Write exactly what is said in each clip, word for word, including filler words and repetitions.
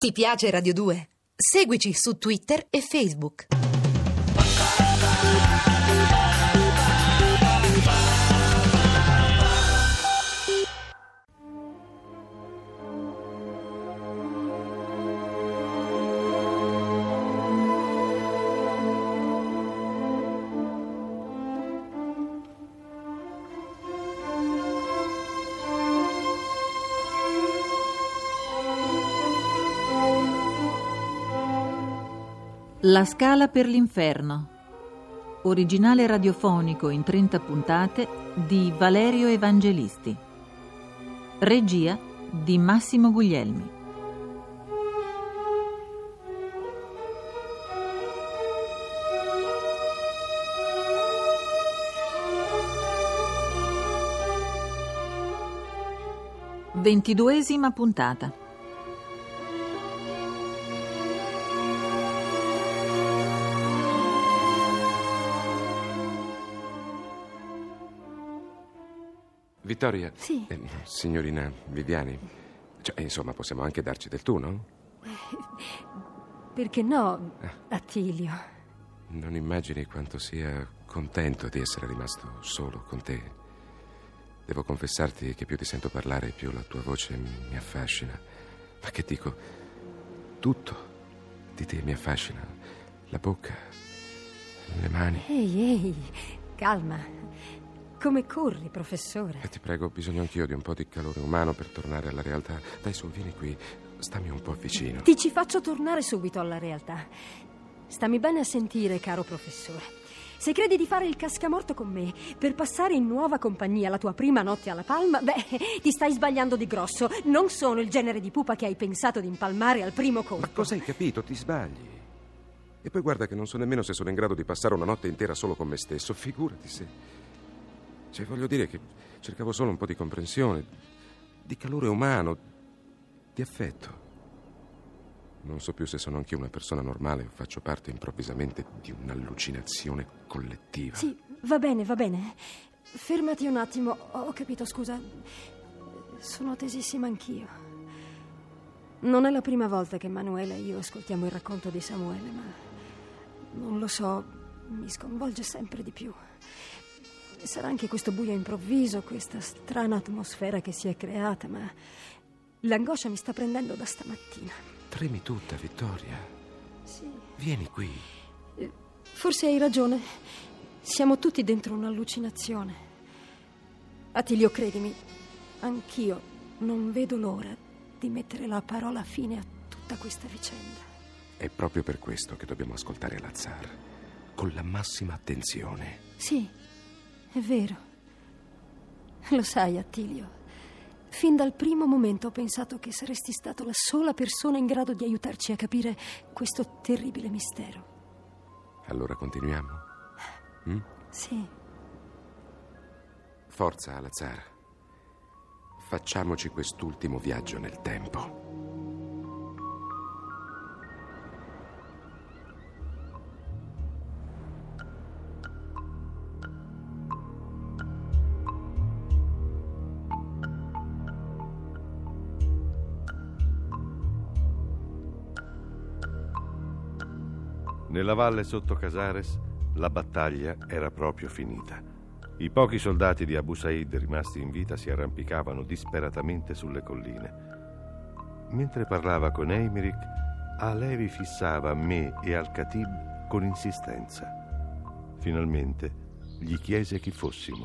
Ti piace Radio due? Seguici su Twitter e Facebook. La scala per l'inferno. Originale radiofonico in trenta puntate di Valerio Evangelisti. Regia di Massimo Guglielmi. Ventiduesima puntata. Vittoria? Sì. Eh, signorina Viviani? Cioè, insomma, possiamo anche darci del tu, no? Perché no, Attilio? Non immagini quanto sia contento di essere rimasto solo con te. Devo confessarti che più ti sento parlare, più la tua voce mi affascina. Ma che dico? Tutto di te mi affascina. La bocca, le mani. Ehi, ehi, calma. Come corri, professore? E ti prego, ho bisogno anch'io di un po' di calore umano per tornare alla realtà. Dai, su, vieni qui. Stammi un po' vicino. Ti ci faccio tornare subito alla realtà. Stammi bene a sentire, caro professore. Se credi di fare il cascamorto con me per passare in nuova compagnia la tua prima notte alla Palma, beh, ti stai sbagliando di grosso. Non sono il genere di pupa che hai pensato di impalmare al primo colpo. Ma cosa hai capito? Ti sbagli. E poi guarda che non so nemmeno se sono in grado di passare una notte intera solo con me stesso. Figurati se... Cioè, voglio dire che cercavo solo un po' di comprensione, di calore umano, di affetto. Non so più se sono anche una persona normale o faccio parte improvvisamente di un'allucinazione collettiva. Sì, va bene, va bene. Fermati un attimo. Ho capito, scusa. Sono tesissima anch'io. Non è la prima volta che Manuela e io ascoltiamo il racconto di Samuele, ma non lo so, mi sconvolge sempre di più. Sarà anche questo buio improvviso, questa strana atmosfera che si è creata, ma l'angoscia mi sta prendendo da stamattina. Tremi tutta, Vittoria. Sì. Vieni qui. Forse hai ragione. Siamo tutti dentro un'allucinazione. Attilio, credimi, anch'io non vedo l'ora di mettere la parola fine a tutta questa vicenda. È proprio per questo che dobbiamo ascoltare Lazar, con la massima attenzione. Sì. È vero. Lo sai, Attilio, fin dal primo momento ho pensato che saresti stato la sola persona in grado di aiutarci a capire questo terribile mistero. Allora continuiamo? Mm? Sì. Forza, Lazar. Facciamoci quest'ultimo viaggio nel tempo. Nella valle sotto Casares la battaglia era proprio finita. I pochi soldati di Abu Said rimasti in vita si arrampicavano disperatamente sulle colline. Mentre parlava con Eymerich, Alevi fissava me e Al-Khatib con insistenza. Finalmente gli chiese chi fossimo.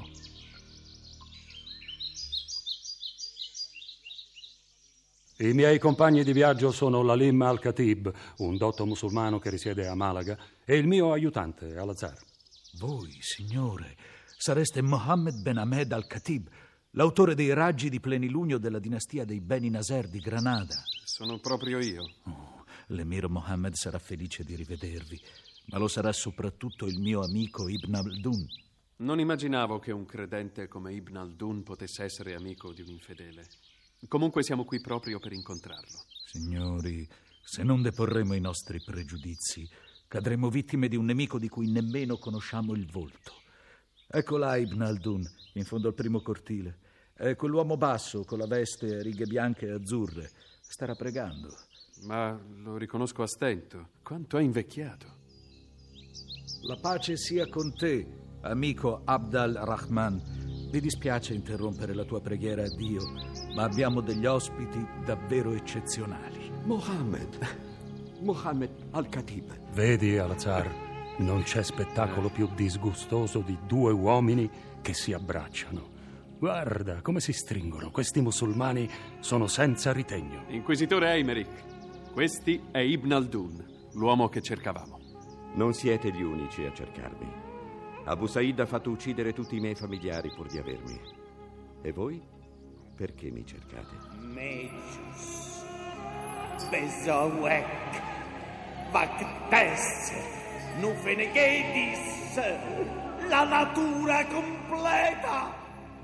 I miei compagni di viaggio sono Lalim Al-Khatib, un dotto musulmano che risiede a Malaga, e il mio aiutante, Al-Azhar. Voi, signore, sareste Mohammed Ben Ahmed Al-Khatib, l'autore dei raggi di plenilunio della dinastia dei Beni Nasser di Granada. Sono proprio io. Oh, l'emir Mohammed sarà felice di rivedervi, ma lo sarà soprattutto il mio amico Ibn Aldun. Non immaginavo che un credente come Ibn Aldun potesse essere amico di un infedele. Comunque siamo qui proprio per incontrarlo. Signori, se non deporremo i nostri pregiudizi, cadremo vittime di un nemico di cui nemmeno conosciamo il volto. Ecco là Ibn Aldun, in fondo al primo cortile. È quell'uomo basso, con la veste a righe bianche e azzurre. Starà pregando. ma lo riconosco a stento. Quanto è invecchiato. La pace sia con te, amico Abd al-Rahman. Mi dispiace interrompere la tua preghiera a Dio, ma abbiamo degli ospiti davvero eccezionali. Mohammed, Mohammed al-Khatib. Vedi, Al-Azhar, non c'è spettacolo più disgustoso di due uomini che si abbracciano. Guarda come si stringono. Questi musulmani sono senza ritegno. Inquisitore Eymerich, questi è Ibn Aldun, l'uomo che cercavamo. Non siete gli unici a cercarmi. Abu Said ha fatto uccidere tutti i miei familiari pur di avermi. E voi? Perché mi cercate? Mejus, Bezawek, Vaktes, Nufenegedis, la natura completa.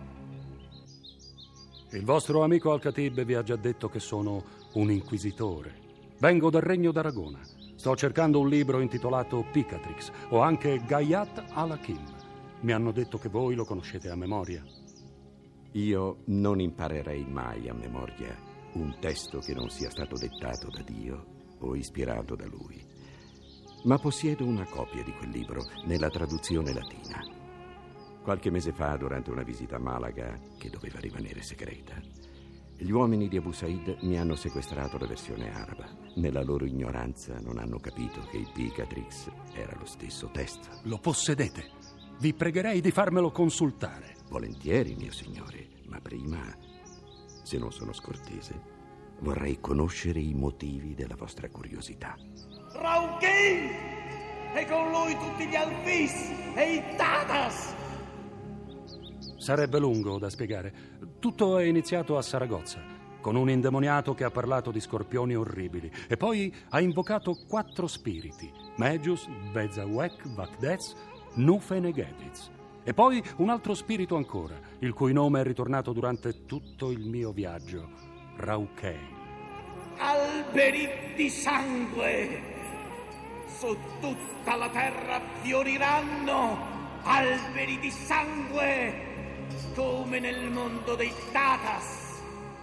Il vostro amico Al-Khatib vi ha già detto che sono un inquisitore. Vengo dal regno d'Aragona. Sto cercando un libro intitolato Picatrix o anche Gayat al-Hakim. Mi hanno detto che voi lo conoscete a memoria. Io non imparerei mai a memoria un testo che non sia stato dettato da Dio o ispirato da Lui. Ma possiedo una copia di quel libro nella traduzione latina. Qualche mese fa, durante una visita a Malaga, che doveva rimanere segreta, gli uomini di Abu Said mi hanno sequestrato la versione araba. Nella loro ignoranza non hanno capito che il Picatrix era lo stesso testo. Lo possedete? Vi pregherei di farmelo consultare. Volentieri, mio signore, ma prima, se non sono scortese, vorrei conoscere i motivi della vostra curiosità. Rauqin! E con lui tutti gli Alfis e i Tatas! Sarebbe lungo da spiegare. Tutto è iniziato a Saragozza, con un indemoniato che ha parlato di scorpioni orribili e poi ha invocato quattro spiriti: Mejus, Bezawek, Vakdez, Nufenegediz. E poi un altro spirito ancora, il cui nome è ritornato durante tutto il mio viaggio: Rauqeil. Alberi di sangue! Su tutta la terra fioriranno alberi di sangue! Come nel mondo dei Tatas.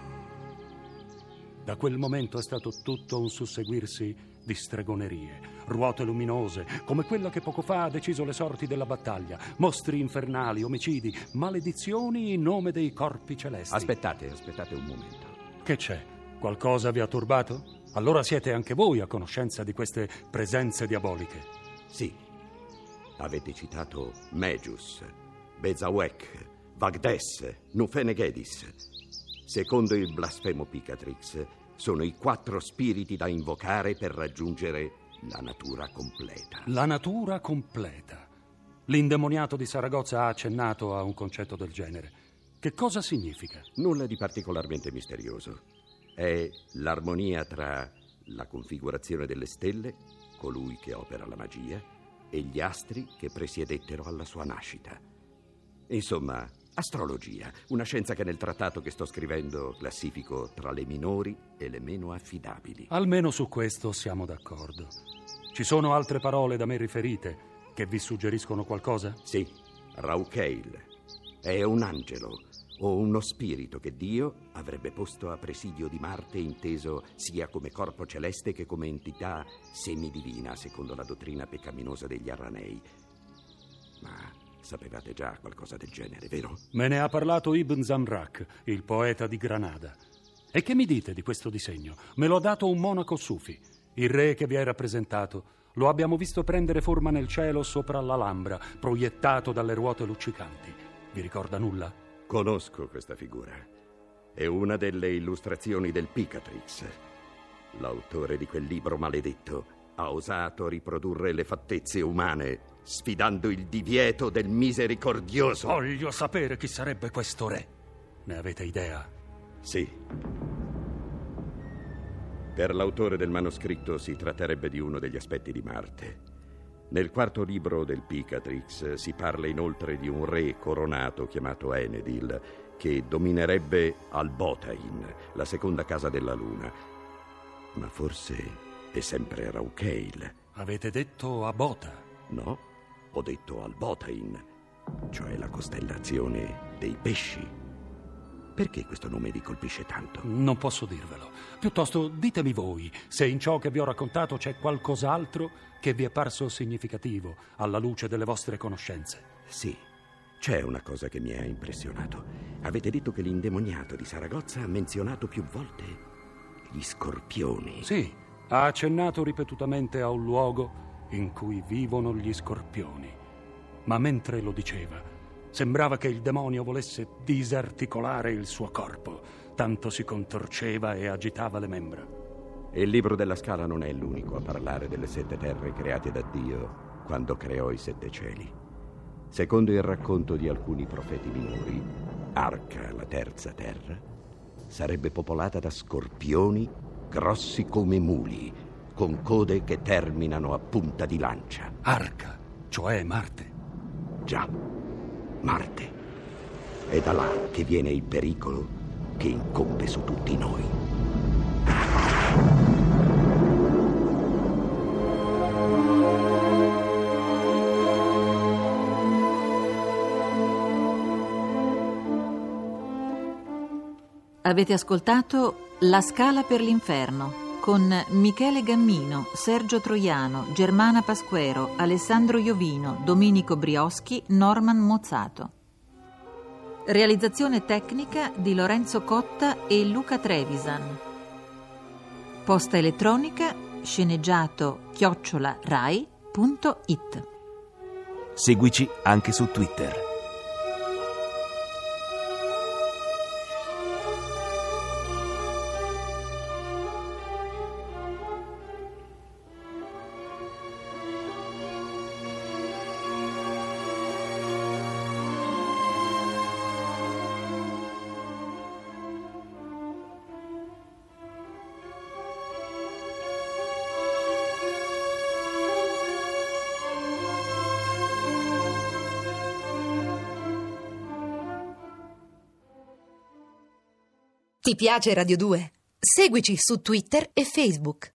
Da quel momento è stato tutto un susseguirsi di stregonerie, ruote luminose, come quella che poco fa ha deciso le sorti della battaglia, mostri infernali, omicidi, maledizioni in nome dei corpi celesti. Aspettate, aspettate un momento. Che c'è? Qualcosa vi ha turbato? Allora siete anche voi a conoscenza di queste presenze diaboliche? Sì. Avete citato Mejus, Bezawek, Vakdes, Nufenegedis. Secondo il blasfemo Picatrix, sono i quattro spiriti da invocare per raggiungere la natura completa. La natura completa. L'indemoniato di Saragozza ha accennato a un concetto del genere. Che cosa significa? Nulla di particolarmente misterioso. È l'armonia tra la configurazione delle stelle, colui che opera la magia, e gli astri che presiedettero alla sua nascita. Insomma, astrologia, una scienza che nel trattato che sto scrivendo classifico tra le minori e le meno affidabili. Almeno su questo siamo d'accordo. Ci sono altre parole da me riferite che vi suggeriscono qualcosa? Sì, Rauqeil è un angelo o uno spirito che Dio avrebbe posto a presidio di Marte, inteso sia come corpo celeste che come entità semidivina, secondo la dottrina peccaminosa degli Aranei. Ma sapevate già qualcosa del genere, vero? Me ne ha parlato Ibn Zamrak, il poeta di Granada. E che mi dite di questo disegno? Me lo ha dato un monaco sufi. Il re che vi è rappresentato lo abbiamo visto prendere forma nel cielo sopra l'Alhambra, proiettato dalle ruote luccicanti. Vi ricorda nulla? Conosco questa figura. È una delle illustrazioni del Picatrix. L'autore di quel libro maledetto ha osato riprodurre le fattezze umane, sfidando il divieto del misericordioso. Voglio sapere chi sarebbe questo re. Ne avete idea? Sì. Per l'autore del manoscritto si tratterebbe di uno degli aspetti di Marte. Nel quarto libro del Picatrix si parla inoltre di un re coronato chiamato Enedil, che dominerebbe Albotain, la seconda casa della luna. Ma forse è sempre Rauqeil. Avete detto Abota? No, ho detto Albotain, cioè la costellazione dei pesci. Perché questo nome vi colpisce tanto? Non posso dirvelo. Piuttosto ditemi voi se in ciò che vi ho raccontato c'è qualcos'altro che vi è parso significativo alla luce delle vostre conoscenze. Sì, c'è una cosa che mi ha impressionato. Avete detto che l'indemoniato di Saragozza ha menzionato più volte gli scorpioni. Sì, ha accennato ripetutamente a un luogo in cui vivono gli scorpioni. Ma mentre lo diceva, sembrava che il demonio volesse disarticolare il suo corpo, tanto si contorceva e agitava le membra. E il libro della Scala non è l'unico a parlare delle sette terre create da Dio quando creò i sette cieli. Secondo il racconto di alcuni profeti minori, Arca, la terza terra, sarebbe popolata da scorpioni grossi come muli, con code che terminano a punta di lancia. Arca, cioè Marte. Già, Marte. È da là che viene il pericolo che incombe su tutti noi. Avete ascoltato La Scala per l'inferno con Michele Gammino, Sergio Troiano, Germana Pasquero, Alessandro Iovino, Domenico Brioschi, Norman Mozzato. Realizzazione tecnica di Lorenzo Cotta e Luca Trevisan. Posta elettronica sceneggiato chiocciola rai punto it. Seguici anche su Twitter. Ti piace Radio due? Seguici su Twitter e Facebook.